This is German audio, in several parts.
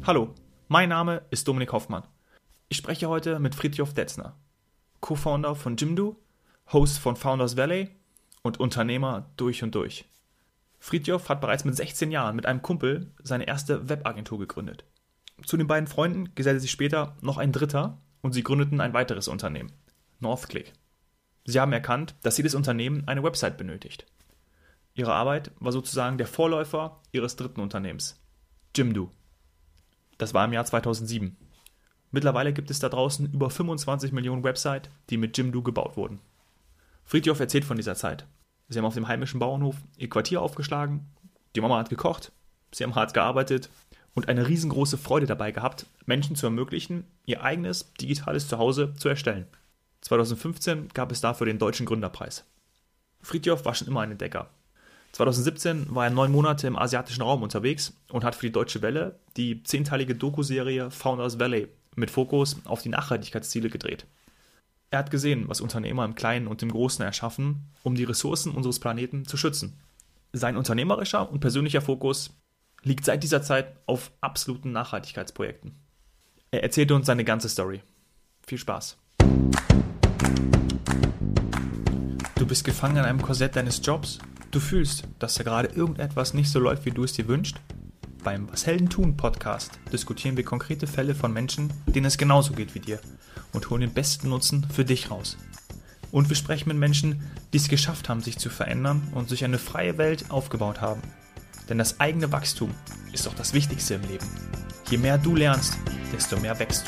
Hallo, mein Name ist Dominik Hoffmann. Ich spreche heute mit Fridtjof Detzner, Co-Founder von Jimdo, Host von Founders Valley und Unternehmer durch und durch. Fridtjof hat bereits mit 16 Jahren mit einem Kumpel seine erste Webagentur gegründet. Zu den beiden Freunden gesellte sich später noch ein dritter und sie gründeten ein weiteres Unternehmen, NorthClick. Sie haben erkannt, dass jedes Unternehmen eine Website benötigt. Ihre Arbeit war sozusagen der Vorläufer ihres dritten Unternehmens, Jimdo. Das war im Jahr 2007. Mittlerweile gibt es da draußen über 25 Millionen Websites, die mit Jimdo gebaut wurden. Fridtjof erzählt von dieser Zeit. Sie haben auf dem heimischen Bauernhof ihr Quartier aufgeschlagen, die Mama hat gekocht, sie haben hart gearbeitet und eine riesengroße Freude dabei gehabt, Menschen zu ermöglichen, ihr eigenes digitales Zuhause zu erstellen. 2015 gab es dafür den Deutschen Gründerpreis. Fridtjof war schon immer ein Entdecker. 2017 war er 9 Monate im asiatischen Raum unterwegs und hat für die Deutsche Welle die 10-teilige Doku-Serie Founders Valley mit Fokus auf die Nachhaltigkeitsziele gedreht. Er hat gesehen, was Unternehmer im Kleinen und im Großen erschaffen, um die Ressourcen unseres Planeten zu schützen. Sein unternehmerischer und persönlicher Fokus liegt seit dieser Zeit auf absoluten Nachhaltigkeitsprojekten. Er erzählte uns seine ganze Story. Viel Spaß. Du bist gefangen in einem Korsett deines Jobs. Du fühlst, dass da gerade irgendetwas nicht so läuft, wie du es dir wünschst? Beim Was Helden tun Podcast diskutieren wir konkrete Fälle von Menschen, denen es genauso geht wie dir und holen den besten Nutzen für dich raus. Und wir sprechen mit Menschen, die es geschafft haben, sich zu verändern und sich eine freie Welt aufgebaut haben. Denn das eigene Wachstum ist doch das Wichtigste im Leben. Je mehr du lernst, desto mehr wächst du.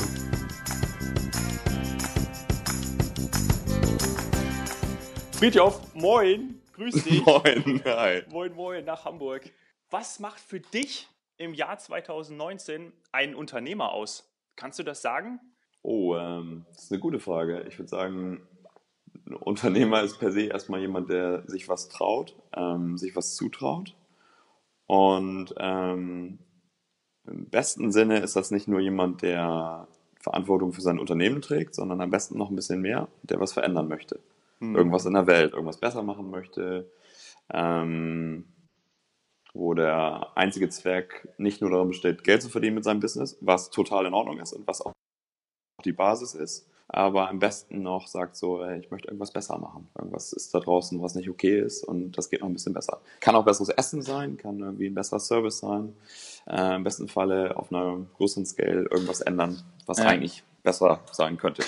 Fridtjof, moin, grüß dich. Moin, hi. Moin nach Hamburg. Was macht für dich im Jahr 2019 einen Unternehmer aus? Kannst du das sagen? Das ist eine gute Frage. Ich würde sagen, ein Unternehmer ist per se erstmal jemand, der sich was traut, sich was zutraut. Und im besten Sinne ist das nicht nur jemand, der Verantwortung für sein Unternehmen trägt, sondern am besten noch ein bisschen mehr, der was verändern möchte. Irgendwas in der Welt, irgendwas besser machen möchte, wo der einzige Zweck nicht nur darin besteht, Geld zu verdienen mit seinem Business, was total in Ordnung ist und was auch die Basis ist, aber am besten noch sagt so, ey, ich möchte irgendwas besser machen. Irgendwas ist da draußen, was nicht okay ist und das geht noch ein bisschen besser. Kann auch besseres Essen sein, kann irgendwie ein besserer Service sein, im besten Falle auf einer größeren Scale irgendwas ändern, was eigentlich besser sein könnte.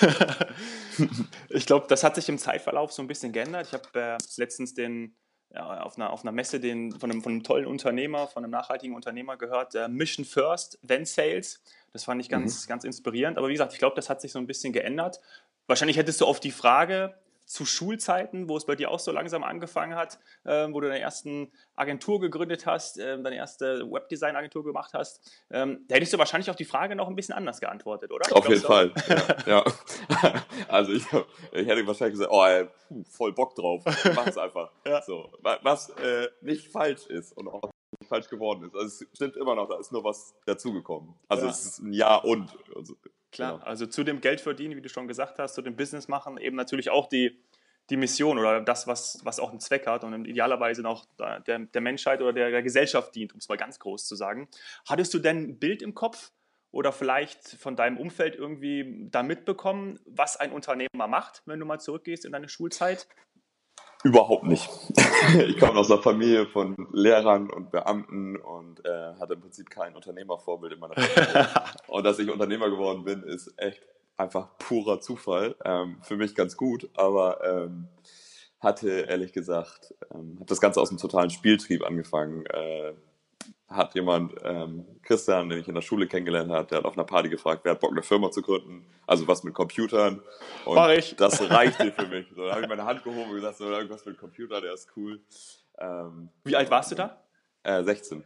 Ich glaube, das hat sich im Zeitverlauf so ein bisschen geändert. Ich habe letztens auf einer Messe von einem tollen Unternehmer, von einem nachhaltigen Unternehmer gehört, Mission First, then Sales. Das fand ich ganz inspirierend. Aber wie gesagt, ich glaube, das hat sich so ein bisschen geändert. Wahrscheinlich hättest du auf die Frage zu Schulzeiten, wo es bei dir auch so langsam angefangen hat, wo du deine ersten Agentur gegründet hast, deine erste Webdesign-Agentur gemacht hast, da hättest du wahrscheinlich auf die Frage noch ein bisschen anders geantwortet, oder? Auf jeden Fall, ja. Also ich hätte wahrscheinlich gesagt, voll Bock drauf, mach es einfach. Ja. So, was nicht falsch ist und auch nicht falsch geworden ist. Also es stimmt immer noch, da ist nur was dazugekommen. Also es ist ein Ja und. Klar, genau. Also zu dem Geld verdienen, wie du schon gesagt hast, zu dem Business machen, eben natürlich auch die Mission oder das, was auch einen Zweck hat und idealerweise auch der Menschheit oder der Gesellschaft dient, um es mal ganz groß zu sagen. Hattest du denn ein Bild im Kopf oder vielleicht von deinem Umfeld irgendwie da mitbekommen, was ein Unternehmer macht, wenn du mal zurückgehst in deine Schulzeit? Überhaupt nicht. Ich komme aus einer Familie von Lehrern und Beamten und hatte im Prinzip kein Unternehmervorbild in meiner Familie. Und dass ich Unternehmer geworden bin, ist echt einfach purer Zufall. Für mich ganz gut, aber hatte ehrlich gesagt, habe das Ganze aus einem totalen Spieltrieb angefangen. Hat jemand, Christian, den ich in der Schule kennengelernt habe, der hat auf einer Party gefragt, wer hat Bock, eine Firma zu gründen, also was mit Computern. Und das reichte für mich. So, da habe ich meine Hand gehoben und gesagt, so, irgendwas mit Computer, der ist cool. Wie alt warst du da? 16.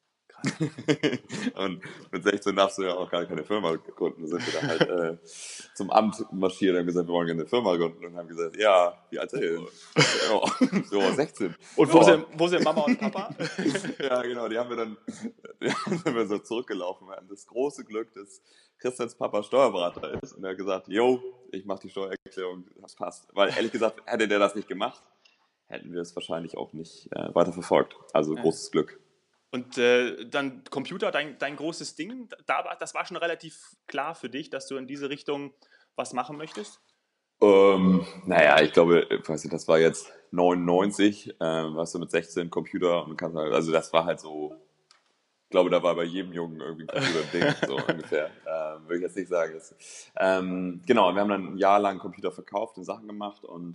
Und mit 16 darfst du ja auch gar keine Firma gründen. Da sind wir dann halt zum Amt marschiert und haben gesagt, wir wollen gerne eine Firma gründen. Und haben gesagt, ja, wie alt seid ihr denn? So, 16. Und wo sind Mama und Papa? Ja, genau, die sind wir so zurückgelaufen. Wir hatten das große Glück, dass Christians Papa Steuerberater ist. Und er hat gesagt, ich mache die Steuererklärung, das passt. Weil ehrlich gesagt, hätte der das nicht gemacht, hätten wir es wahrscheinlich auch nicht weiter verfolgt. Also großes Glück. Und dann Computer, dein großes Ding, das war schon relativ klar für dich, dass du in diese Richtung was machen möchtest? Naja, ich glaube, ich weiß nicht, das war jetzt 99, warst du mit 16 Computer und kannst halt, also das war halt so, ich glaube, da war bei jedem Jungen irgendwie ein Computer-Ding, so ungefähr. Würde ich jetzt nicht sagen. Genau, und wir haben dann ein Jahr lang Computer verkauft und Sachen gemacht und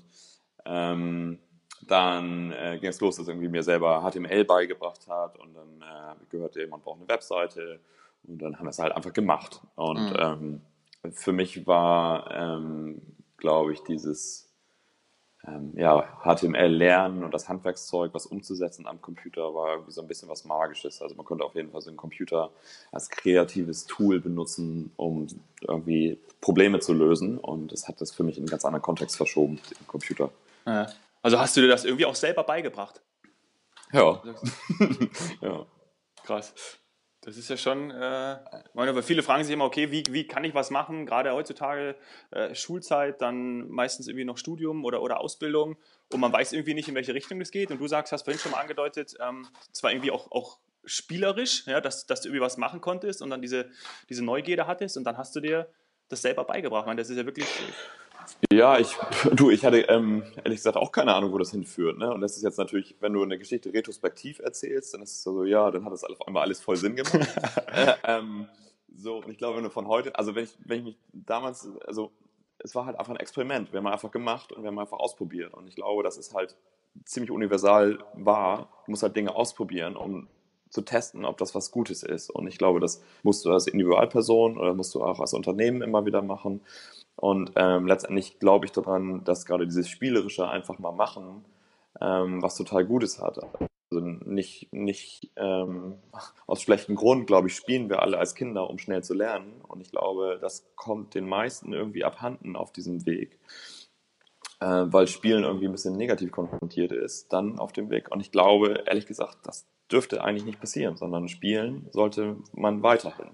dann ging es los, dass irgendwie mir selber HTML beigebracht hat und dann habe ich gehört, jemand braucht eine Webseite und dann haben wir es halt einfach gemacht. Und für mich war, glaube ich, dieses HTML lernen und das Handwerkszeug, was umzusetzen am Computer, war irgendwie so ein bisschen was Magisches. Also man konnte auf jeden Fall so einen Computer als kreatives Tool benutzen, um irgendwie Probleme zu lösen und das hat das für mich in einen ganz anderen Kontext verschoben, den Computer. Ja. Also hast du dir das irgendwie auch selber beigebracht? Ja. Ja. Krass. Das ist ja schon, weil viele fragen sich immer, okay, wie kann ich was machen? Gerade heutzutage Schulzeit, dann meistens irgendwie noch Studium oder Ausbildung und man weiß irgendwie nicht, in welche Richtung das geht. Und du hast vorhin schon mal angedeutet, zwar irgendwie auch spielerisch, ja, dass du irgendwie was machen konntest und dann diese Neugierde hattest und dann hast du dir das selber beigebracht. Ich meine, das ist ja wirklich... Ja, ich hatte ehrlich gesagt auch keine Ahnung, wo das hinführt. Ne? Und das ist jetzt natürlich, wenn du eine Geschichte retrospektiv erzählst, dann ist es so, ja, dann hat das auf einmal alles voll Sinn gemacht. So, und ich glaube, wenn du von heute, also wenn ich mich damals, also es war halt einfach ein Experiment. Wir haben einfach gemacht und wir haben einfach ausprobiert. Und ich glaube, dass es halt ziemlich universal war. Du musst halt Dinge ausprobieren, um zu testen, ob das was Gutes ist. Und ich glaube, das musst du als Individualperson oder musst du auch als Unternehmen immer wieder machen. Und letztendlich glaube ich daran, dass gerade dieses Spielerische einfach mal machen, was total Gutes hat. Also nicht aus schlechtem Grund, glaube ich, spielen wir alle als Kinder, um schnell zu lernen. Und ich glaube, das kommt den meisten irgendwie abhanden auf diesem Weg, weil Spielen irgendwie ein bisschen negativ konfrontiert ist, dann auf dem Weg. Und ich glaube, ehrlich gesagt, das dürfte eigentlich nicht passieren, sondern spielen sollte man weiterhin.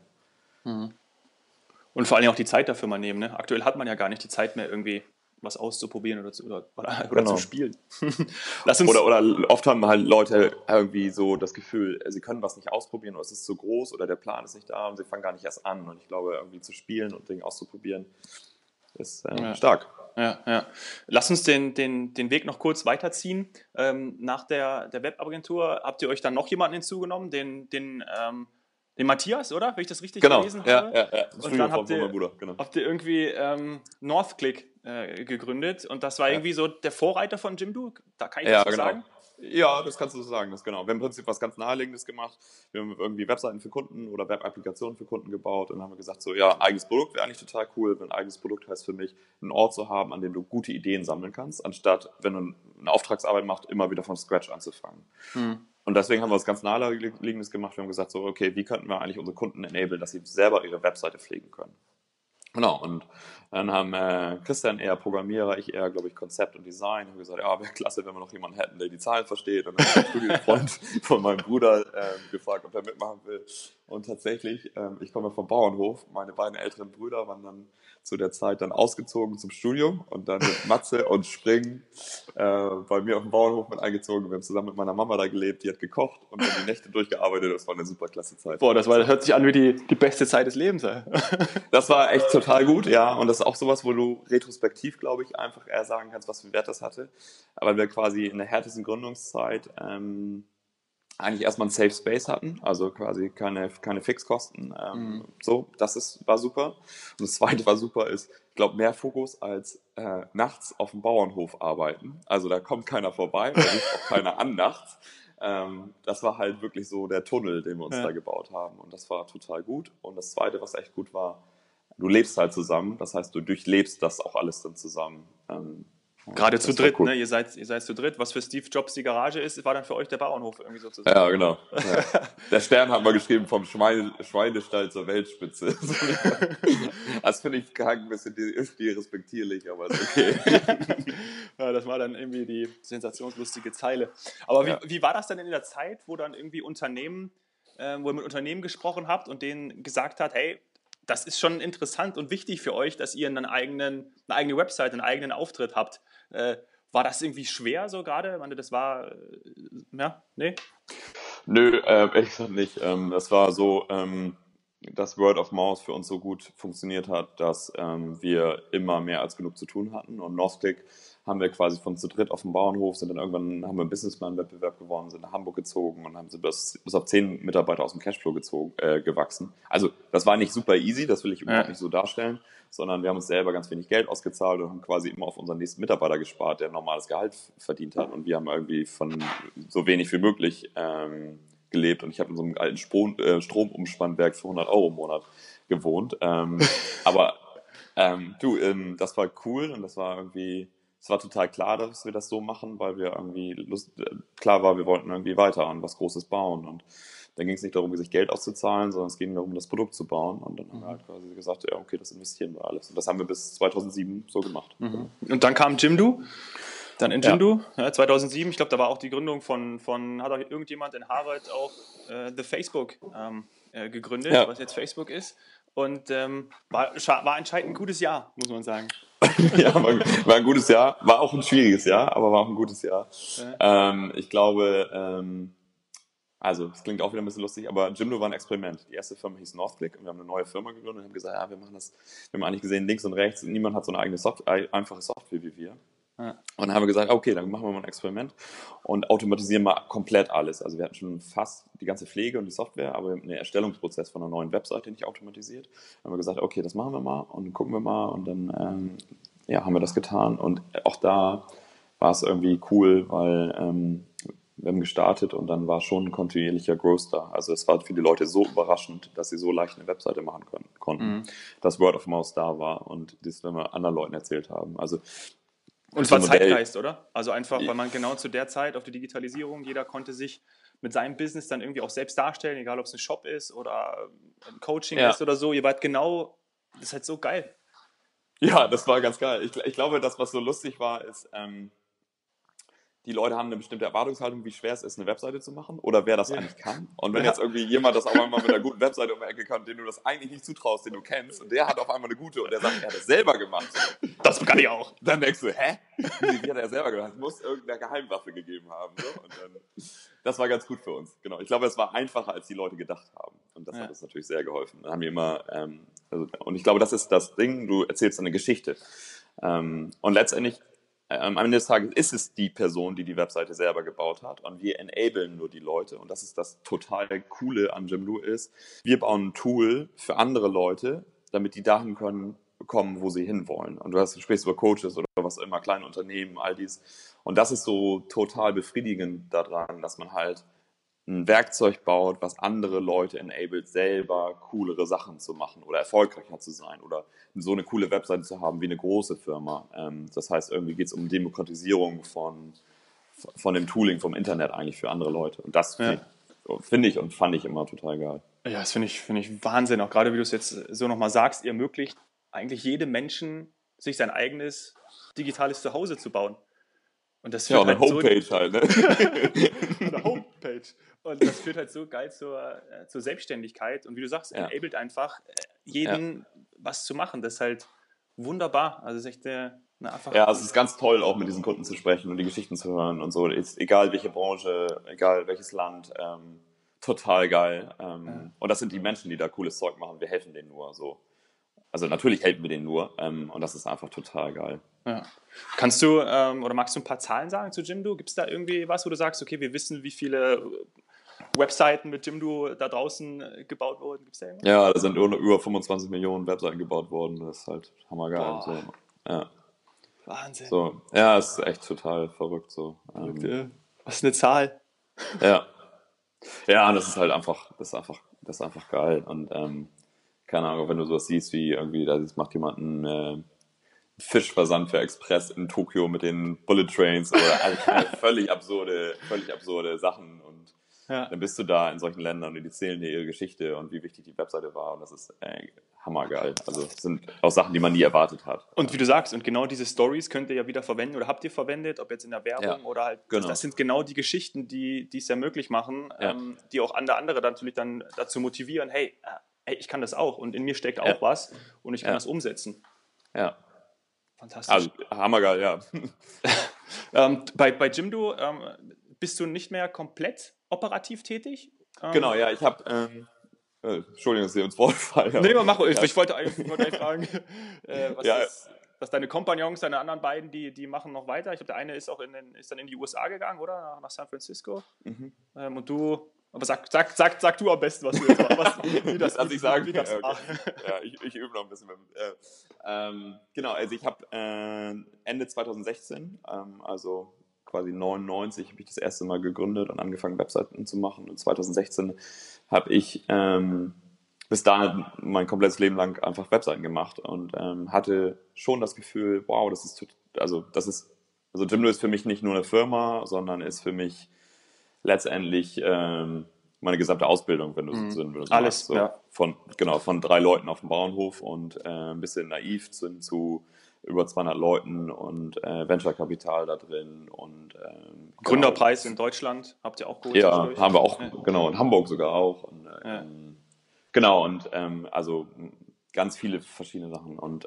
Und vor allem auch die Zeit dafür mal nehmen. Ne? Aktuell hat man ja gar nicht die Zeit mehr, irgendwie was auszuprobieren oder zu spielen. Lass uns oder oft haben halt Leute irgendwie so das Gefühl, sie können was nicht ausprobieren oder es ist zu groß oder der Plan ist nicht da und sie fangen gar nicht erst an. Und ich glaube, irgendwie zu spielen und Dinge auszuprobieren ist stark. Ja. Lass uns den Weg noch kurz weiterziehen. Nach der Webagentur habt ihr euch dann noch jemanden hinzugenommen, den Matthias, oder? Wenn ich das richtig gelesen habe. Ja. Und dann habt ihr Genau. irgendwie Northclick gegründet und das war irgendwie so der Vorreiter von Jimdo. Da kann ich das so sagen? Ja, das kannst du so sagen, das genau. Wir haben im Prinzip was ganz Naheliegendes gemacht. Wir haben irgendwie Webseiten für Kunden oder Web-Applikationen für Kunden gebaut und dann haben wir gesagt, so ja, ein eigenes Produkt wäre eigentlich total cool. Ein eigenes Produkt heißt für mich, einen Ort zu haben, an dem du gute Ideen sammeln kannst, anstatt, wenn du eine Auftragsarbeit machst, immer wieder von Scratch anzufangen. Und deswegen haben wir was ganz Naheliegendes gemacht. Wir haben gesagt, so okay, wie könnten wir eigentlich unsere Kunden enablen, dass sie selber ihre Webseite pflegen können. Genau, und dann haben Christian eher Programmierer, ich eher, glaube ich, Konzept und Design. Haben gesagt, ja, wäre klasse, wenn wir noch jemanden hätten, der die Zahlen versteht. Und dann habe ich einen Studienfreund von meinem Bruder gefragt, ob er mitmachen will. Und tatsächlich, ich komme vom Bauernhof, meine beiden älteren Brüder waren dann zu der Zeit dann ausgezogen zum Studium und dann mit Matze und Springen bei mir auf dem Bauernhof mit eingezogen. Wir haben zusammen mit meiner Mama da gelebt, die hat gekocht und dann die Nächte durchgearbeitet. Das war eine super klasse Zeit. Boah, das hört sich an wie die beste Zeit des Lebens. Das war echt total gut, ja. Und das ist auch sowas, wo du retrospektiv, glaube ich, einfach eher sagen kannst, was für einen Wert das hatte. Aber wir quasi in der härtesten Gründungszeit eigentlich erstmal einen Safe Space hatten, also quasi keine Fixkosten. So, war super. Und das Zweite war super ist, ich glaube, mehr Fokus als nachts auf dem Bauernhof arbeiten. Also da kommt keiner vorbei, da ruft auch keiner an nachts. Das war halt wirklich so der Tunnel, den wir uns da gebaut haben. Und das war total gut. Und das Zweite, was echt gut war, du lebst halt zusammen. Das heißt, du durchlebst das auch alles dann zusammen. Gerade zu dritt, cool. Ne? Ihr seid zu dritt. Was für Steve Jobs die Garage ist, war dann für euch der Bauernhof irgendwie sozusagen. Ja, genau. Ja. Der Stern hat mal geschrieben, vom Schweinestall zur Weltspitze. Das finde ich ein bisschen derespektierlich, aber ist okay. Ja, das war dann irgendwie die sensationslustige Zeile. Aber wie war das denn in der Zeit, wo dann irgendwie wo ihr mit Unternehmen gesprochen habt und denen gesagt habt, hey, das ist schon interessant und wichtig für euch, dass ihr eine eigene Website, einen eigenen Auftritt habt. War das irgendwie schwer so gerade? Ich meine, das war, nee? Nö, ehrlich gesagt nicht. Das war so, dass Word of Mouth für uns so gut funktioniert hat, dass wir immer mehr als genug zu tun hatten. Und Northclick haben wir quasi von zu dritt auf dem Bauernhof, sind dann irgendwann, haben wir einen Businessman-Wettbewerb gewonnen, sind nach Hamburg gezogen und haben sie bis auf 10 Mitarbeiter aus dem Cashflow gewachsen. Also das war nicht super easy, das will ich überhaupt nicht so darstellen, sondern wir haben uns selber ganz wenig Geld ausgezahlt und haben quasi immer auf unseren nächsten Mitarbeiter gespart, der ein normales Gehalt verdient hat. Und wir haben irgendwie von so wenig wie möglich gelebt und ich habe in so einem alten Stromumspannwerk für 100 Euro im Monat gewohnt. Aber das war cool und das war irgendwie, es war total klar, dass wir das so machen, weil wir irgendwie klar war, wir wollten irgendwie weiter und was Großes bauen und dann ging es nicht darum, sich Geld auszuzahlen, sondern es ging darum, das Produkt zu bauen und dann haben wir halt quasi gesagt, ja okay, das investieren wir alles und das haben wir bis 2007 so gemacht. Und dann kam Jimdo. Dann in Jimdo, 2007, ich glaube, da war auch die Gründung hat auch irgendjemand in Harvard auch The Facebook gegründet, was jetzt Facebook ist. Und war anscheinend ein gutes Jahr, muss man sagen. Ja, war ein gutes Jahr, war auch ein schwieriges Jahr, aber war auch ein gutes Jahr. Ja. Ich glaube, also es klingt auch wieder ein bisschen lustig, aber Jimdo war ein Experiment. Die erste Firma hieß Northclick und wir haben eine neue Firma gegründet und haben gesagt, ja, wir machen das, wir haben eigentlich gesehen, links und rechts, niemand hat so eine eigene einfache Software wie wir. Ja. Und dann haben wir gesagt, okay, dann machen wir mal ein Experiment und automatisieren mal komplett alles. Also wir hatten schon fast die ganze Pflege und die Software, aber wir haben den Erstellungsprozess von einer neuen Webseite nicht automatisiert. Dann haben wir gesagt, okay, das machen wir mal und gucken wir mal und dann haben wir das getan. Und auch da war es irgendwie cool, weil wir haben gestartet und dann war schon ein kontinuierlicher Growth da. Also es war für die Leute so überraschend, dass sie so leicht eine Webseite machen konnten, dass Word of Mouth da war und das, wenn wir anderen Leuten erzählt haben. Also und es war Zeitgeist, oder? Also einfach, weil man genau zu der Zeit auf die Digitalisierung, jeder konnte sich mit seinem Business dann irgendwie auch selbst darstellen, egal ob es ein Shop ist oder ein Coaching ist oder so. Ihr wart genau, das ist halt so geil. Ja, das war ganz geil. Ich glaube, das, was so lustig war, ist, die Leute haben eine bestimmte Erwartungshaltung, wie schwer es ist, eine Webseite zu machen oder wer das eigentlich kann. Und wenn jetzt irgendwie jemand das auf einmal mit einer guten Webseite um die Ecke kann, den du das eigentlich nicht zutraust, den du kennst, und der hat auf einmal eine gute und der sagt, er hat das selber gemacht. Das kann ich auch. Dann denkst du, hä? Wie hat er selber gemacht? Es muss irgendeine Geheimwaffe gegeben haben. So? Und dann, das war ganz gut für uns. Genau. Ich glaube, es war einfacher, als die Leute gedacht haben. Und das hat uns natürlich sehr geholfen. Dann haben wir immer, und ich glaube, das ist das Ding, du erzählst eine Geschichte. Und letztendlich, am Ende des Tages ist es die Person, die die Webseite selber gebaut hat und wir enablen nur die Leute und das ist das total Coole an Jimdo ist, wir bauen ein Tool für andere Leute, damit die dahin kommen, wo sie hinwollen. Und du sprichst über Coaches oder was immer, kleine Unternehmen, all dies. Und das ist so total befriedigend daran, dass man halt ein Werkzeug baut, was andere Leute enabled, selber coolere Sachen zu machen oder erfolgreicher zu sein oder so eine coole Webseite zu haben wie eine große Firma. Das heißt, irgendwie geht es um Demokratisierung von dem Tooling, vom Internet eigentlich für andere Leute. Und das finde ich und fand ich immer total geil. Ja, das finde ich Wahnsinn. Auch gerade, wie du es jetzt so nochmal sagst, ihr ermöglicht eigentlich jedem Menschen, sich sein eigenes digitales Zuhause zu bauen. Und das führt eine Homepage so, halt, ne? Eine Homepage. Und das führt halt so geil zur Selbstständigkeit. Und wie du sagst, enabled einfach jeden was zu machen. Das ist halt wunderbar. Also es ist echt einfach. Ja, es ist ganz toll, auch mit diesen Kunden zu sprechen und die Geschichten zu hören und so. Ist, egal welche Branche, egal welches Land, total geil. Und das sind die Menschen, die da cooles Zeug machen. Wir helfen denen nur so. Also natürlich helfen wir denen nur und das ist einfach total geil. Ja. Kannst du oder magst du ein paar Zahlen sagen zu Jimdo? Gibt es da irgendwie was, wo du sagst, okay, wir wissen, wie viele Webseiten mit Jimdo da draußen gebaut wurden? Gibt's da irgendwas? Ja, da sind über 25 Millionen Webseiten gebaut worden. Das ist halt hammergeil. So. Ja. Wahnsinn. So. Ja, es ist echt total verrückt. So. Was ist eine Zahl? Ja. Ja, das ist halt einfach, das ist einfach geil. Und keine Ahnung, wenn du sowas siehst, wie irgendwie, da macht jemand einen Fischversand für Express in Tokio mit den Bullet Trains oder völlig absurde Sachen und dann bist du da in solchen Ländern und die erzählen dir ihre Geschichte und wie wichtig die Webseite war und das ist hammergeil. Also das sind auch Sachen, die man nie erwartet hat. Und wie du sagst, und genau diese Stories könnt ihr ja wieder verwenden oder habt ihr verwendet, ob jetzt in der Werbung oder halt, genau. Das sind genau die Geschichten, die es ja möglich machen, die auch andere natürlich dann dazu motivieren, hey, ich kann das auch und in mir steckt auch was und ich kann das umsetzen. Ja. Fantastisch. Also hammergeil, ja. Bei Jimdo bist du nicht mehr komplett operativ tätig? Genau, ja, ich habe, Entschuldigung, dass ich ins Wort falle. Nee, mach ruhig. Ich wollte eigentlich fragen, Ja, was deine Kompagnons, deine anderen beiden, die machen noch weiter. Ich glaube, der eine ist auch ist dann in die USA gegangen, oder? Nach San Francisco. Und du, aber sag du am besten, was du jetzt machst, wie das sagen. Wie das Ja, okay. war. Ja, ich übe noch ein bisschen. Genau, also ich habe Ende 2016, also quasi 99, habe ich das erste Mal gegründet und angefangen, Webseiten zu machen. Und 2016 habe ich bis dahin mein komplettes Leben lang einfach Webseiten gemacht und hatte schon das Gefühl, wow, also Jimdo ist für mich nicht nur eine Firma, sondern ist für mich letztendlich meine gesamte Ausbildung, wenn du so Alles, magst. So, ja. Von 3 Leuten auf dem Bauernhof und ein bisschen naiv zu über 200 Leuten und Venture-Kapital da drin und Gründerpreis in Deutschland habt ihr auch geholt? Ja, haben wir auch, genau, in Hamburg sogar auch. Und, genau, und also ganz viele verschiedene Sachen. Und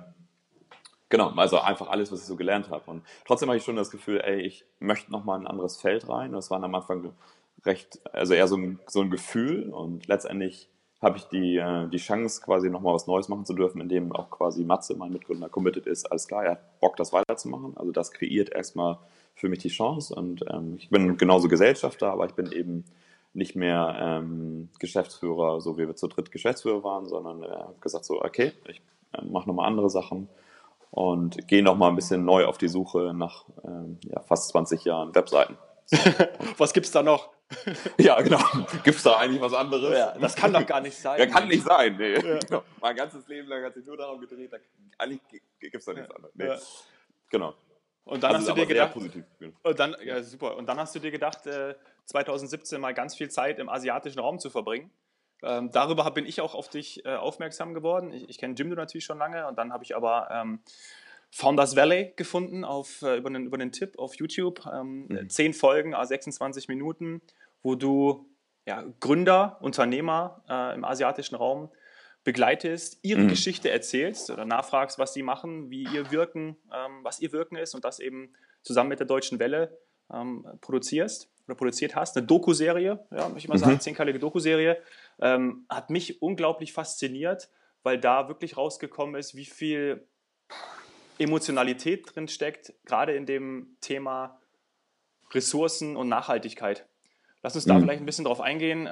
genau, also einfach alles, was ich so gelernt habe. Und trotzdem habe ich schon das Gefühl, ey, ich möchte nochmal in ein anderes Feld rein. Das war am Anfang also eher so ein Gefühl. Und letztendlich habe ich die Chance, quasi nochmal was Neues machen zu dürfen, indem auch quasi Matze, mein Mitgründer, committed ist. Alles klar, er hat Bock, das weiterzumachen. Also das kreiert erstmal für mich die Chance. Und ich bin genauso Gesellschafter, aber ich bin eben nicht mehr Geschäftsführer, so wie wir zu dritt Geschäftsführer waren, sondern habe gesagt so, okay, ich mache nochmal andere Sachen und gehe nochmal ein bisschen neu auf die Suche nach fast 20 Jahren Webseiten. So. Was gibt's da noch? Ja, genau. Gibt's da eigentlich was anderes? Ja, das kann doch gar nicht sein. Ja, kann nicht sein, nee. Ja. Genau. Mein ganzes Leben lang hat sich nur darum gedreht, eigentlich gibt's da nichts anderes. Nee. Ja. Genau. Und dann hast du dir gedacht, positiv. Und dann, ja, super. Und dann hast du dir gedacht, 2017 mal ganz viel Zeit im asiatischen Raum zu verbringen. Darüber bin ich auch auf dich aufmerksam geworden. Ich kenne Jimdo natürlich schon lange und dann habe ich aber Founders Valley gefunden über den Tipp auf YouTube. 10 Folgen, 26 Minuten, wo du Gründer, Unternehmer im asiatischen Raum begleitest, ihre Geschichte erzählst oder nachfragst, was sie machen, wie ihr Wirken, was ihr Wirken ist und das eben zusammen mit der Deutschen Welle produziert hast. Eine Doku-Serie, möchte ich mal sagen, 10-teilige Doku-Serie, hat mich unglaublich fasziniert, weil da wirklich rausgekommen ist, wie viel Emotionalität drin steckt, gerade in dem Thema Ressourcen und Nachhaltigkeit. Lass uns da vielleicht ein bisschen drauf eingehen.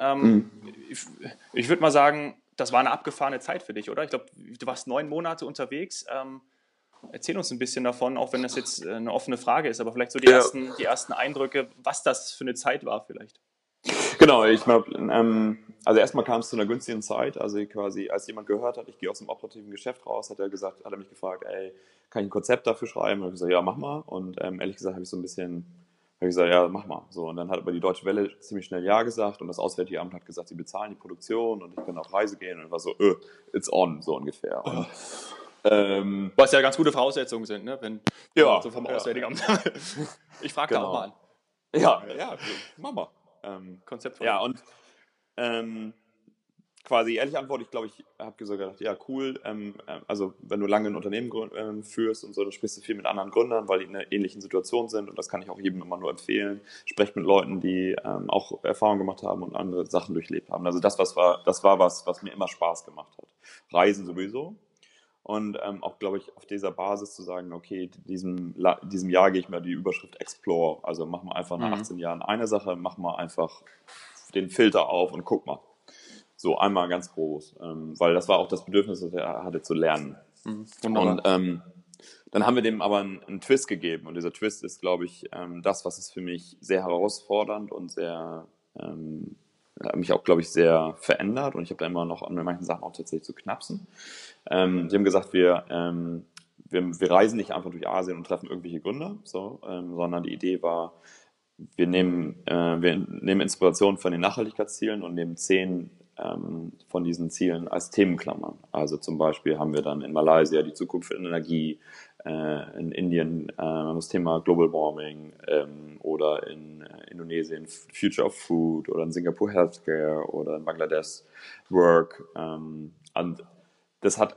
Ich würde mal sagen, das war eine abgefahrene Zeit für dich, oder? Ich glaube, du warst 9 Monate unterwegs. Erzähl uns ein bisschen davon, auch wenn das jetzt eine offene Frage ist, aber vielleicht so die ersten Eindrücke, was das für eine Zeit war vielleicht. Genau, ich glaube, also erstmal kam es zu einer günstigen Zeit, also quasi, als jemand gehört hat, ich gehe aus dem operativen Geschäft raus, hat er mich gefragt, ey, kann ich ein Konzept dafür schreiben? Und ich gesagt, ja, mach mal. Und ehrlich gesagt habe ich gesagt, ja, mach mal. So, und dann hat aber die Deutsche Welle ziemlich schnell Ja gesagt und das Auswärtige Amt hat gesagt, sie bezahlen die Produktion und ich kann auf Reise gehen und war so, it's on, so ungefähr. Und, was ja ganz gute Voraussetzungen sind, ne? Wenn so vom Auswärtigen Amt. Ich frage da auch mal an. Ja, mach mal. Konzept ja, und quasi ehrliche Antwort, ich glaube, ich habe gedacht, ja, cool, also wenn du lange ein Unternehmen führst und so, dann sprichst du viel mit anderen Gründern, weil die in einer ähnlichen Situation sind und das kann ich auch jedem immer nur empfehlen. Sprecht mit Leuten, die auch Erfahrung gemacht haben und andere Sachen durchlebt haben. Also das war was mir immer Spaß gemacht hat. Reisen sowieso. Und auch, glaube ich, auf dieser Basis zu sagen, okay, diesem Jahr gehe ich mal die Überschrift Explore. Also machen wir einfach nach 18 Jahren eine Sache, machen wir einfach den Filter auf und guck mal. So einmal ganz groß. Weil das war auch das Bedürfnis, das er hatte, zu lernen. Und dann haben wir dem aber einen Twist gegeben. Und dieser Twist ist, glaube ich, das, was es für mich sehr herausfordernd und sehr hat mich auch, glaube ich, sehr verändert und ich habe da immer noch an manchen Sachen auch tatsächlich zu knapsen. Die haben gesagt, wir reisen nicht einfach durch Asien und treffen irgendwelche Gründer, sondern die Idee war, wir nehmen Inspiration von den Nachhaltigkeitszielen und nehmen 10 von diesen Zielen als Themenklammern. Also zum Beispiel haben wir dann in Malaysia die Zukunft in Energie, in Indien das Thema Global Warming oder in Indonesien Future of Food oder in Singapur Healthcare oder in Bangladesch Work. Und das hat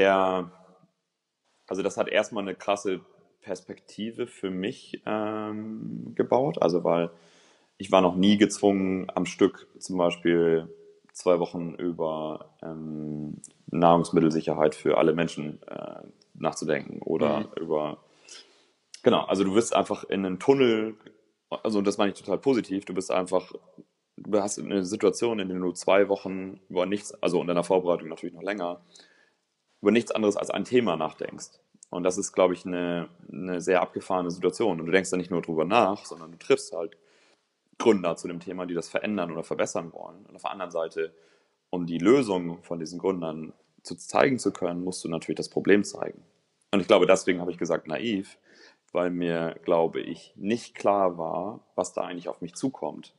das hat erstmal eine krasse Perspektive für mich gebaut, also weil ich war noch nie gezwungen, am Stück zum Beispiel 2 Wochen über Nahrungsmittelsicherheit für alle Menschen nachzudenken oder über, genau, also du wirst einfach in einen Tunnel, also das meine ich total positiv, du hast eine Situation, in der du 2 Wochen über nichts, also und in der Vorbereitung natürlich noch länger, über nichts anderes als ein Thema nachdenkst. Und das ist, glaube ich, eine sehr abgefahrene Situation. Und du denkst da nicht nur drüber nach, sondern du triffst halt Gründer zu dem Thema, die das verändern oder verbessern wollen. Und auf der anderen Seite, um die Lösung von diesen Gründern zeigen zu können, musst du natürlich das Problem zeigen. Und ich glaube, deswegen habe ich gesagt naiv, weil mir, glaube ich, nicht klar war, was da eigentlich auf mich zukommt.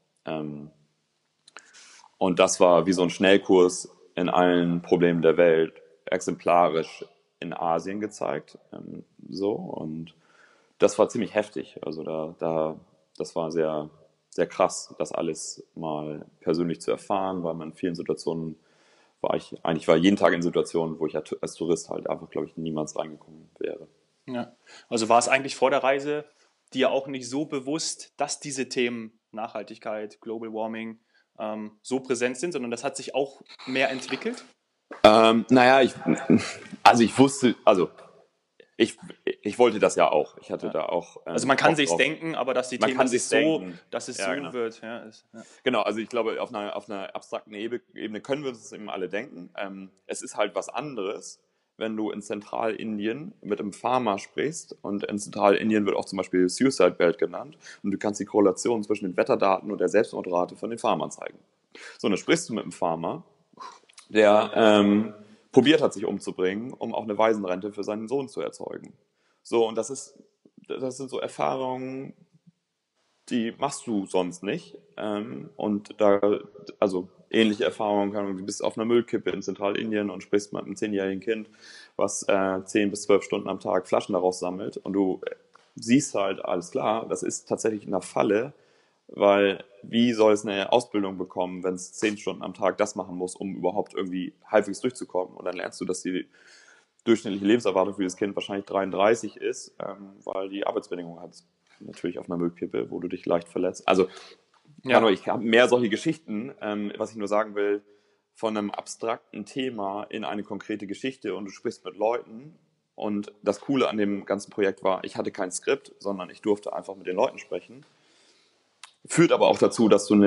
Und das war wie so ein Schnellkurs in allen Problemen der Welt, exemplarisch in Asien gezeigt. Und das war ziemlich heftig. Also das war sehr, sehr krass, das alles mal persönlich zu erfahren, weil man in vielen Situationen war jeden Tag in Situationen, wo ich als Tourist halt einfach, glaube ich, niemals reingekommen wäre. Ja. Also war es eigentlich vor der Reise dir auch nicht so bewusst, dass diese Themen Nachhaltigkeit, Global Warming so präsent sind, sondern das hat sich auch mehr entwickelt? Naja, ich wusste, ich wollte das ja auch. Ich hatte da auch. Also man kann Bock sich's drauf. denken, aber dass die Man Themen, kann sich's denken. dass es Ja, so genau. wird. Ja, ja. Genau, also ich glaube, auf einer abstrakten Ebene können wir uns das eben alle denken. Es ist halt was anderes, wenn du in Zentralindien mit einem Farmer sprichst, und in Zentralindien wird auch zum Beispiel Suicide Belt genannt, und du kannst die Korrelation zwischen den Wetterdaten und der Selbstmordrate von den Farmern zeigen. So, und dann sprichst du mit einem Farmer, der probiert hat, sich umzubringen, um auch eine Waisenrente für seinen Sohn zu erzeugen. So, und das sind so Erfahrungen, die machst du sonst nicht. Und also ähnliche Erfahrungen, du bist auf einer Müllkippe in Zentralindien und sprichst mit einem 10-jährigen Kind, was 10 bis 12 Stunden am Tag Flaschen daraus sammelt, und du siehst halt, alles klar, das ist tatsächlich in der Falle, weil wie soll es eine Ausbildung bekommen, wenn es 10 Stunden am Tag das machen muss, um überhaupt irgendwie halbwegs durchzukommen? Und dann lernst du, dass die durchschnittliche Lebenserwartung für das Kind wahrscheinlich 33 ist, weil die Arbeitsbedingungen hat natürlich auf einer Müllkippe, wo du dich leicht verletzt. Also ich habe mehr solche Geschichten, was ich nur sagen will, von einem abstrakten Thema in eine konkrete Geschichte, und du sprichst mit Leuten. Und das Coole an dem ganzen Projekt war, ich hatte kein Skript, sondern ich durfte einfach mit den Leuten sprechen. Führt aber auch dazu, dass du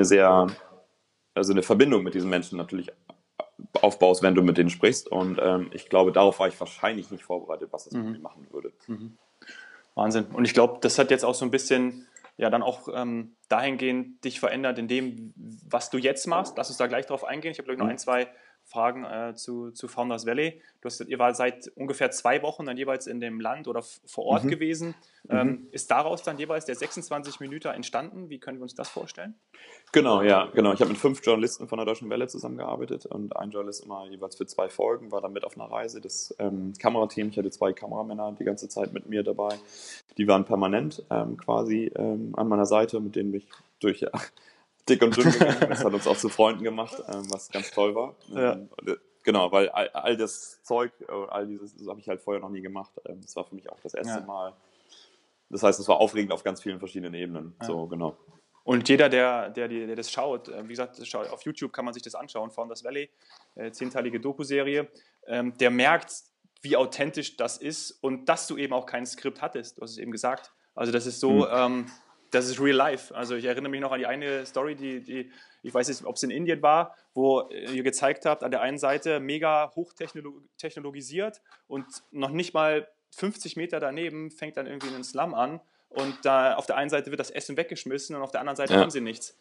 eine Verbindung mit diesen Menschen natürlich aufbaust, wenn du mit denen sprichst. Und ich glaube, darauf war ich wahrscheinlich nicht vorbereitet, was das mit mir machen würde. Wahnsinn. Und ich glaube, das hat jetzt auch so ein bisschen dann auch dahingehend dich verändert in dem, was du jetzt machst. Lass uns da gleich drauf eingehen. Ich habe, glaube ich, noch 1, 2 Fragen zu Founders Valley. Ihr war seit ungefähr 2 Wochen dann jeweils in dem Land oder vor Ort gewesen. Ist daraus dann jeweils der 26 Minuten entstanden? Wie können wir uns das vorstellen? Genau, ja, genau. Ich habe mit 5 Journalisten von der Deutschen Welle zusammengearbeitet, und ein Journalist immer jeweils für 2 Folgen, war dann mit auf einer Reise. Das Kamerateam, ich hatte 2 Kameramänner die ganze Zeit mit mir dabei. Die waren permanent quasi an meiner Seite, mit denen ich durch dick und dünn gegangen. Das hat uns auch zu Freunden gemacht, was ganz toll war. Ja. Genau, weil all das Zeug, all dieses, das habe ich halt vorher noch nie gemacht. Das war für mich auch das erste Mal. Das heißt, es war aufregend auf ganz vielen verschiedenen Ebenen. Ja. So, genau. Und jeder, der das schaut, wie gesagt, auf YouTube kann man sich das anschauen, Founders Valley, 10-teilige Doku-Serie, der merkt, wie authentisch das ist, und dass du eben auch kein Skript hattest. Du hast es eben gesagt. Also das ist so, das ist real life. Also ich erinnere mich noch an die eine Story, die ich weiß nicht, ob es in Indien war, wo ihr gezeigt habt, an der einen Seite mega hochtechnologisiert, und noch nicht mal 50 Meter daneben fängt dann irgendwie ein Slum an, und da auf der einen Seite wird das Essen weggeschmissen und auf der anderen Seite haben sie nichts.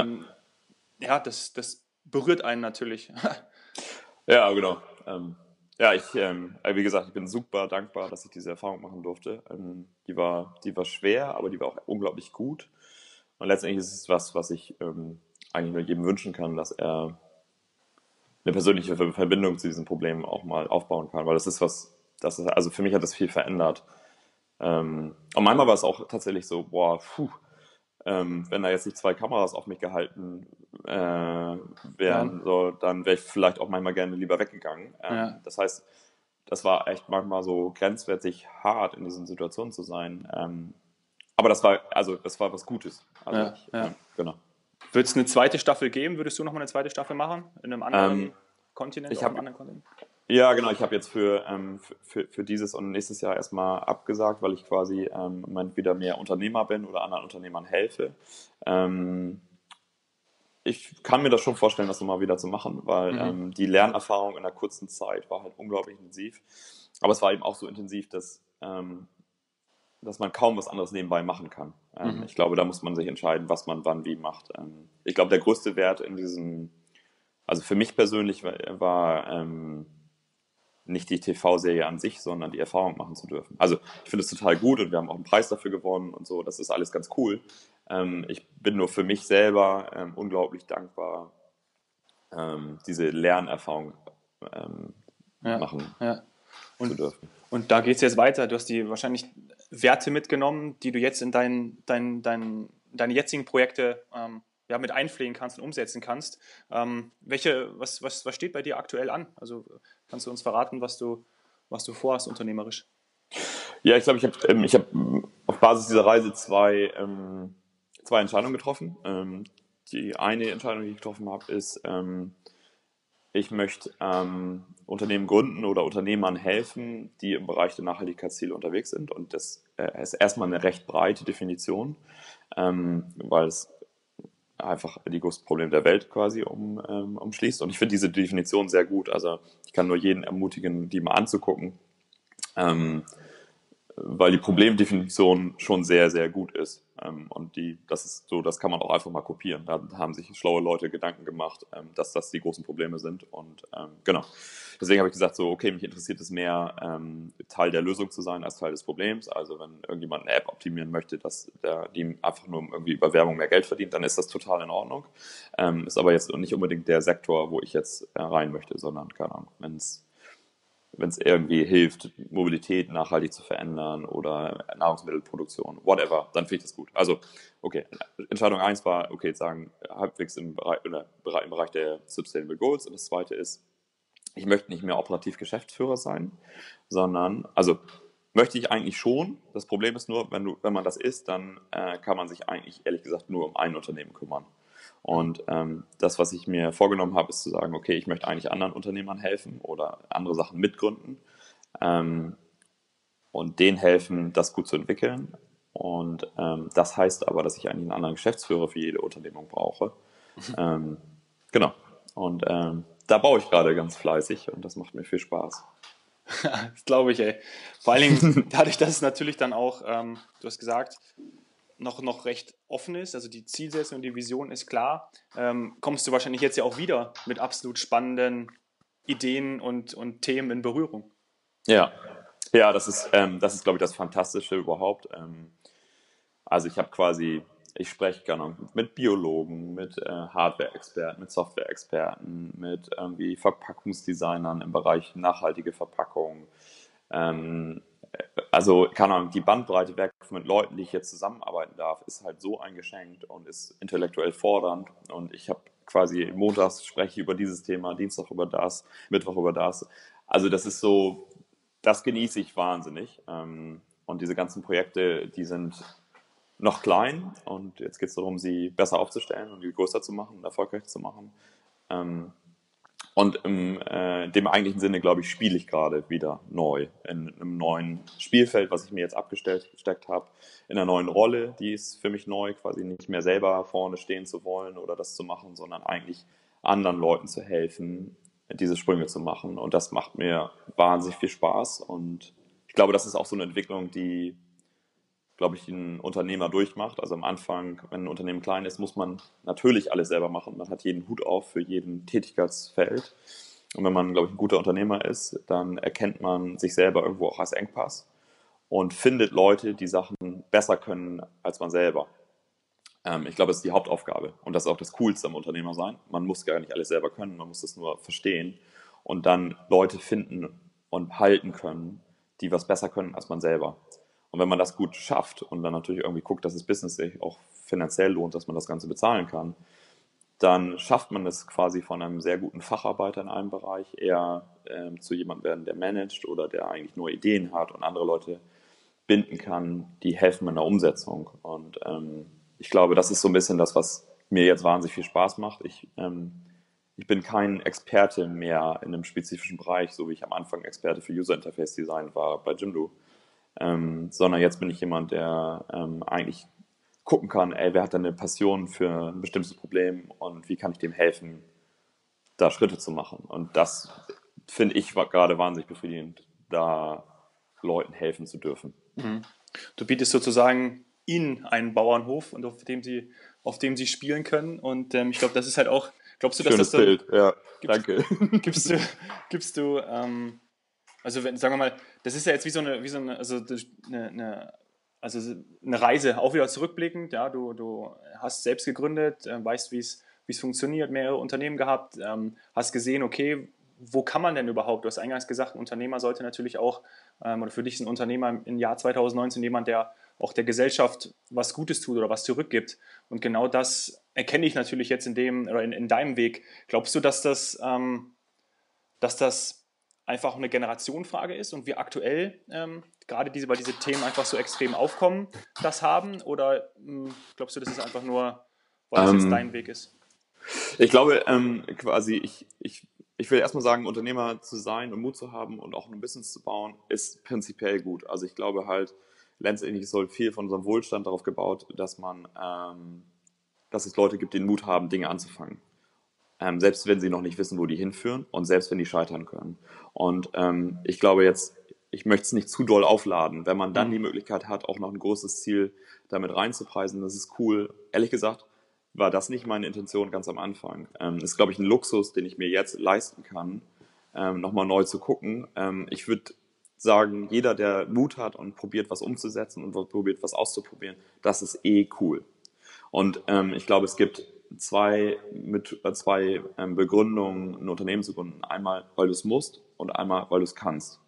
Das berührt einen natürlich. Ja, genau. Wie gesagt, ich bin super dankbar, dass ich diese Erfahrung machen durfte. Die war schwer, aber die war auch unglaublich gut. Und letztendlich ist es was ich eigentlich nur jedem wünschen kann, dass er eine persönliche Verbindung zu diesen Problemen auch mal aufbauen kann. Weil also für mich hat das viel verändert. Und manchmal war es auch tatsächlich so, wenn da jetzt nicht 2 Kameras auf mich gehalten wären, dann wäre ich vielleicht auch manchmal gerne lieber weggegangen. Das heißt, das war echt manchmal so grenzwertig hart, in diesen Situationen zu sein. Aber das war was Gutes. genau. Wird es eine zweite Staffel geben? Würdest du nochmal eine zweite Staffel machen? In einem anderen Kontinent? Ich oder habe einem anderen Kontinent? Ja, genau. Ich habe jetzt für dieses und nächstes Jahr erstmal abgesagt, weil ich quasi im Moment wieder mehr Unternehmer bin oder anderen Unternehmern helfe. Ich kann mir das schon vorstellen, das nochmal wieder zu machen, weil die Lernerfahrung in einer kurzen Zeit war halt unglaublich intensiv. Aber es war eben auch so intensiv, dass man kaum was anderes nebenbei machen kann. Ich glaube, da muss man sich entscheiden, was man wann wie macht. Ich glaube, der größte Wert in diesem, also für mich persönlich war nicht die TV-Serie an sich, sondern die Erfahrung machen zu dürfen. Also ich finde es total gut und wir haben auch einen Preis dafür gewonnen und so, das ist alles ganz cool. Ich bin nur für mich selber unglaublich dankbar, diese Lernerfahrung machen zu dürfen. Und da geht es jetzt weiter. Du hast die wahrscheinlich Werte mitgenommen, die du jetzt in deine jetzigen Projekte mit einpflegen kannst und umsetzen kannst. Was steht bei dir aktuell an? Also kannst du uns verraten, was du vorhast unternehmerisch? Ja, ich glaube, ich hab auf Basis dieser Reise zwei Entscheidungen getroffen. Die eine Entscheidung, die ich getroffen habe, ist, ich möchte Unternehmen gründen oder Unternehmern helfen, die im Bereich der Nachhaltigkeitsziele unterwegs sind. Und das ist erstmal eine recht breite Definition, weil es einfach die größten Probleme der Welt quasi umschließt. Und ich finde diese Definition sehr gut. Also ich kann nur jeden ermutigen, die mal anzugucken, weil die Problemdefinition schon sehr, sehr gut ist. Und das ist so, das kann man auch einfach mal kopieren. Da haben sich schlaue Leute Gedanken gemacht, dass das die großen Probleme sind. Und genau. Deswegen habe ich gesagt, so, okay, mich interessiert es mehr, Teil der Lösung zu sein als Teil des Problems. Also wenn irgendjemand eine App optimieren möchte, die einfach nur irgendwie über Werbung mehr Geld verdient, dann ist das total in Ordnung. Ist aber jetzt nicht unbedingt der Sektor, wo ich jetzt rein möchte, sondern, keine Ahnung, wenn es irgendwie hilft, Mobilität nachhaltig zu verändern oder Nahrungsmittelproduktion, whatever, dann finde ich das gut. Also, okay, Entscheidung 1 war, okay, sagen, halbwegs im Bereich der Sustainable Goals. Und das zweite ist, ich möchte nicht mehr operativ Geschäftsführer sein, sondern, also möchte ich eigentlich schon. Das Problem ist nur, wenn man das ist, dann kann man sich eigentlich, ehrlich gesagt, nur um ein Unternehmen kümmern. Und das, was ich mir vorgenommen habe, ist zu sagen, okay, ich möchte eigentlich anderen Unternehmern helfen oder andere Sachen mitgründen und denen helfen, das gut zu entwickeln. Und das heißt aber, dass ich eigentlich einen anderen Geschäftsführer für jede Unternehmung brauche. Genau. Und da baue ich gerade ganz fleißig und das macht mir viel Spaß. Das glaube ich, ey. Vor allen Dingen dadurch, dass es natürlich dann auch, du hast gesagt, noch recht offen ist, also die Zielsetzung und die Vision ist klar, kommst du wahrscheinlich jetzt ja auch wieder mit absolut spannenden Ideen und Themen in Berührung. Ja, das ist, glaube ich, das Fantastische überhaupt. Also ich spreche gerne mit Biologen, mit Hardware-Experten, mit Software-Experten, mit irgendwie Verpackungsdesignern im Bereich nachhaltige Verpackung. Also, keine Ahnung, die Bandbreite mit Leuten, die ich jetzt zusammenarbeiten darf, ist halt so eingeschränkt und ist intellektuell fordernd. Und ich habe quasi montags spreche ich über dieses Thema, Dienstag über das, Mittwoch über das. Also das ist so, das genieße ich wahnsinnig. Und diese ganzen Projekte, die sind noch klein und jetzt geht es darum, sie besser aufzustellen und die größer zu machen und erfolgreich zu machen. Und in dem eigentlichen Sinne, glaube ich, spiele ich gerade wieder neu. In einem neuen Spielfeld, was ich mir jetzt abgesteckt habe. In einer neuen Rolle, die ist für mich neu, quasi nicht mehr selber vorne stehen zu wollen oder das zu machen, sondern eigentlich anderen Leuten zu helfen, diese Sprünge zu machen. Und das macht mir wahnsinnig viel Spaß. Und ich glaube, das ist auch so eine Entwicklung, die, glaube ich, ein Unternehmer durchmacht. Also am Anfang, wenn ein Unternehmen klein ist, muss man natürlich alles selber machen. Man hat jeden Hut auf für jeden Tätigkeitsfeld. Und wenn man, glaube ich, ein guter Unternehmer ist, dann erkennt man sich selber irgendwo auch als Engpass und findet Leute, die Sachen besser können als man selber. Ich glaube, das ist die Hauptaufgabe. Und das ist auch das Coolste am Unternehmer sein. Man muss gar nicht alles selber können, man muss das nur verstehen und dann Leute finden und halten können, die was besser können als man selber. Und wenn man das gut schafft und dann natürlich irgendwie guckt, dass das Business sich auch finanziell lohnt, dass man das Ganze bezahlen kann, dann schafft man es quasi von einem sehr guten Facharbeiter in einem Bereich eher zu jemandem werden, der managt oder der eigentlich nur Ideen hat und andere Leute binden kann, die helfen in der Umsetzung. Und ich glaube, das ist so ein bisschen das, was mir jetzt wahnsinnig viel Spaß macht. Ich bin kein Experte mehr in einem spezifischen Bereich, so wie ich am Anfang Experte für User Interface Design war bei Jimdo, sondern jetzt bin ich jemand, der eigentlich gucken kann, wer hat da eine Passion für ein bestimmtes Problem und wie kann ich dem helfen, da Schritte zu machen. Und das finde ich gerade wahnsinnig befriedigend, da Leuten helfen zu dürfen. Mhm. Du bietest sozusagen ihnen einen Bauernhof, und auf dem sie spielen können. Und ich glaube, das ist halt auch, glaubst du, dass Schönes das Bild, ja, gibst, danke. gibst du also wenn, sagen wir mal, das ist ja jetzt wie eine Reise, auch wieder zurückblickend, ja, du hast selbst gegründet, weißt, wie es funktioniert, mehrere Unternehmen gehabt, hast gesehen, okay, wo kann man denn überhaupt? Du hast eingangs gesagt, ein Unternehmer sollte natürlich auch, oder für dich ist ein Unternehmer im Jahr 2019 jemand, der auch der Gesellschaft was Gutes tut oder was zurückgibt. Und genau das erkenne ich natürlich jetzt in deinem Weg. Glaubst du, dass das einfach eine Generationenfrage ist und wir aktuell gerade weil diese Themen einfach so extrem aufkommen, das haben? Oder glaubst du, das ist einfach nur, weil das jetzt dein Weg ist? Ich glaube, ich will erstmal sagen, Unternehmer zu sein und Mut zu haben und auch ein Business zu bauen, ist prinzipiell gut. Also ich glaube halt, letztendlich ist so viel von unserem Wohlstand darauf gebaut, dass es Leute gibt, die den Mut haben, Dinge anzufangen. Selbst wenn sie noch nicht wissen, wo die hinführen und selbst wenn die scheitern können. Und ich glaube jetzt, ich möchte es nicht zu doll aufladen. Wenn man dann die Möglichkeit hat, auch noch ein großes Ziel damit reinzupreisen, das ist cool. Ehrlich gesagt, war das nicht meine Intention ganz am Anfang. Ist, glaube ich, ein Luxus, den ich mir jetzt leisten kann, nochmal neu zu gucken. Ich würde sagen, jeder, der Mut hat und probiert, was umzusetzen und probiert, was auszuprobieren, das ist cool. Und ich glaube, es gibt zwei Begründungen, ein Unternehmen zu gründen. Einmal, weil du es musst und einmal, weil du es kannst.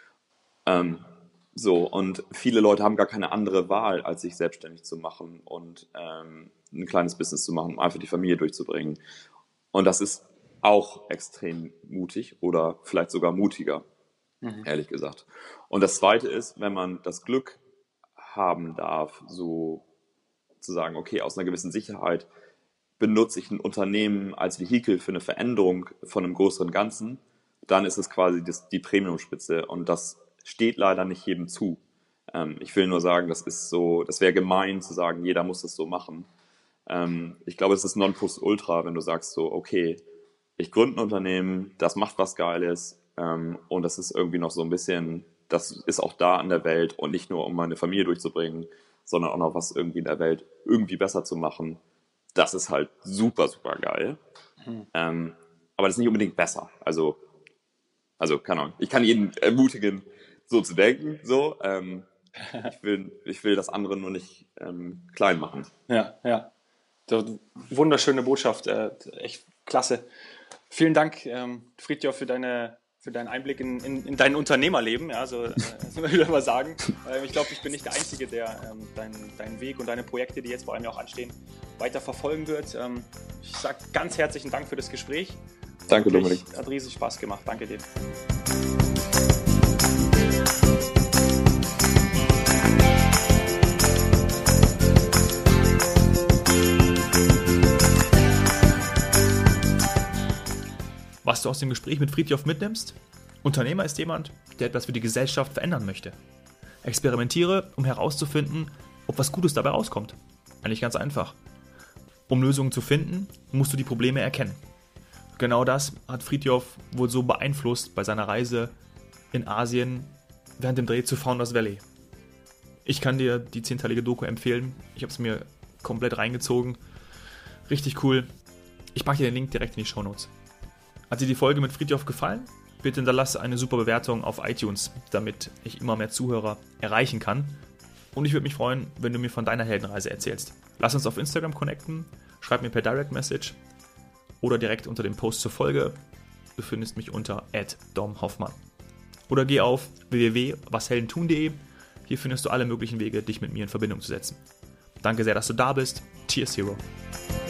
Und viele Leute haben gar keine andere Wahl, als sich selbstständig zu machen und ein kleines Business zu machen, um einfach die Familie durchzubringen. Und das ist auch extrem mutig oder vielleicht sogar mutiger, ehrlich gesagt. Und das Zweite ist, wenn man das Glück haben darf, so zu sagen, okay, aus einer gewissen Sicherheit benutze ich ein Unternehmen als Vehikel für eine Veränderung von einem größeren Ganzen, dann ist es quasi die Premium-Spitze und das steht leider nicht jedem zu. Ich will nur sagen, das wäre gemein zu sagen, jeder muss das so machen. Ich glaube, es ist Nonplusultra, wenn du sagst so, okay, ich gründe ein Unternehmen, das macht was Geiles und das ist irgendwie noch so ein bisschen, das ist auch da in der Welt und nicht nur, um meine Familie durchzubringen, sondern auch noch was irgendwie in der Welt irgendwie besser zu machen. Das ist halt super, super geil. Aber das ist nicht unbedingt besser. Also keine Ahnung. Ich kann jeden ermutigen, so zu denken. So. Ich will das andere nur nicht klein machen. Ja. Wunderschöne Botschaft. Echt klasse. Vielen Dank, Fridtjof, für deinen Einblick in dein Unternehmerleben. Ja, also, das will ich mal sagen. Ich glaube, ich bin nicht der Einzige, der deinen Weg und deine Projekte, die jetzt vor allem ja auch anstehen, weiter verfolgen wird. Ich sage ganz herzlichen Dank für das Gespräch. Danke, Dominik. Hat riesig Spaß gemacht. Danke dir. Was du aus dem Gespräch mit Fridtjof mitnimmst? Unternehmer ist jemand, der etwas für die Gesellschaft verändern möchte. Experimentiere, um herauszufinden, ob was Gutes dabei rauskommt. Eigentlich ganz einfach. Um Lösungen zu finden, musst du die Probleme erkennen. Genau das hat Fridtjof wohl so beeinflusst bei seiner Reise in Asien während dem Dreh zu Founders Valley. Ich kann dir die 10-teilige Doku empfehlen. Ich habe es mir komplett reingezogen. Richtig cool. Ich packe dir den Link direkt in die Shownotes. Hat dir die Folge mit Fridtjof gefallen? Bitte hinterlasse eine super Bewertung auf iTunes, damit ich immer mehr Zuhörer erreichen kann. Und ich würde mich freuen, wenn du mir von deiner Heldenreise erzählst. Lass uns auf Instagram connecten, schreib mir per Direct Message oder direkt unter dem Post zur Folge. Du findest mich unter @domhoffmann. Oder geh auf www.washeldentun.de. Hier findest du alle möglichen Wege, dich mit mir in Verbindung zu setzen. Danke sehr, dass du da bist. Cheers, Hero.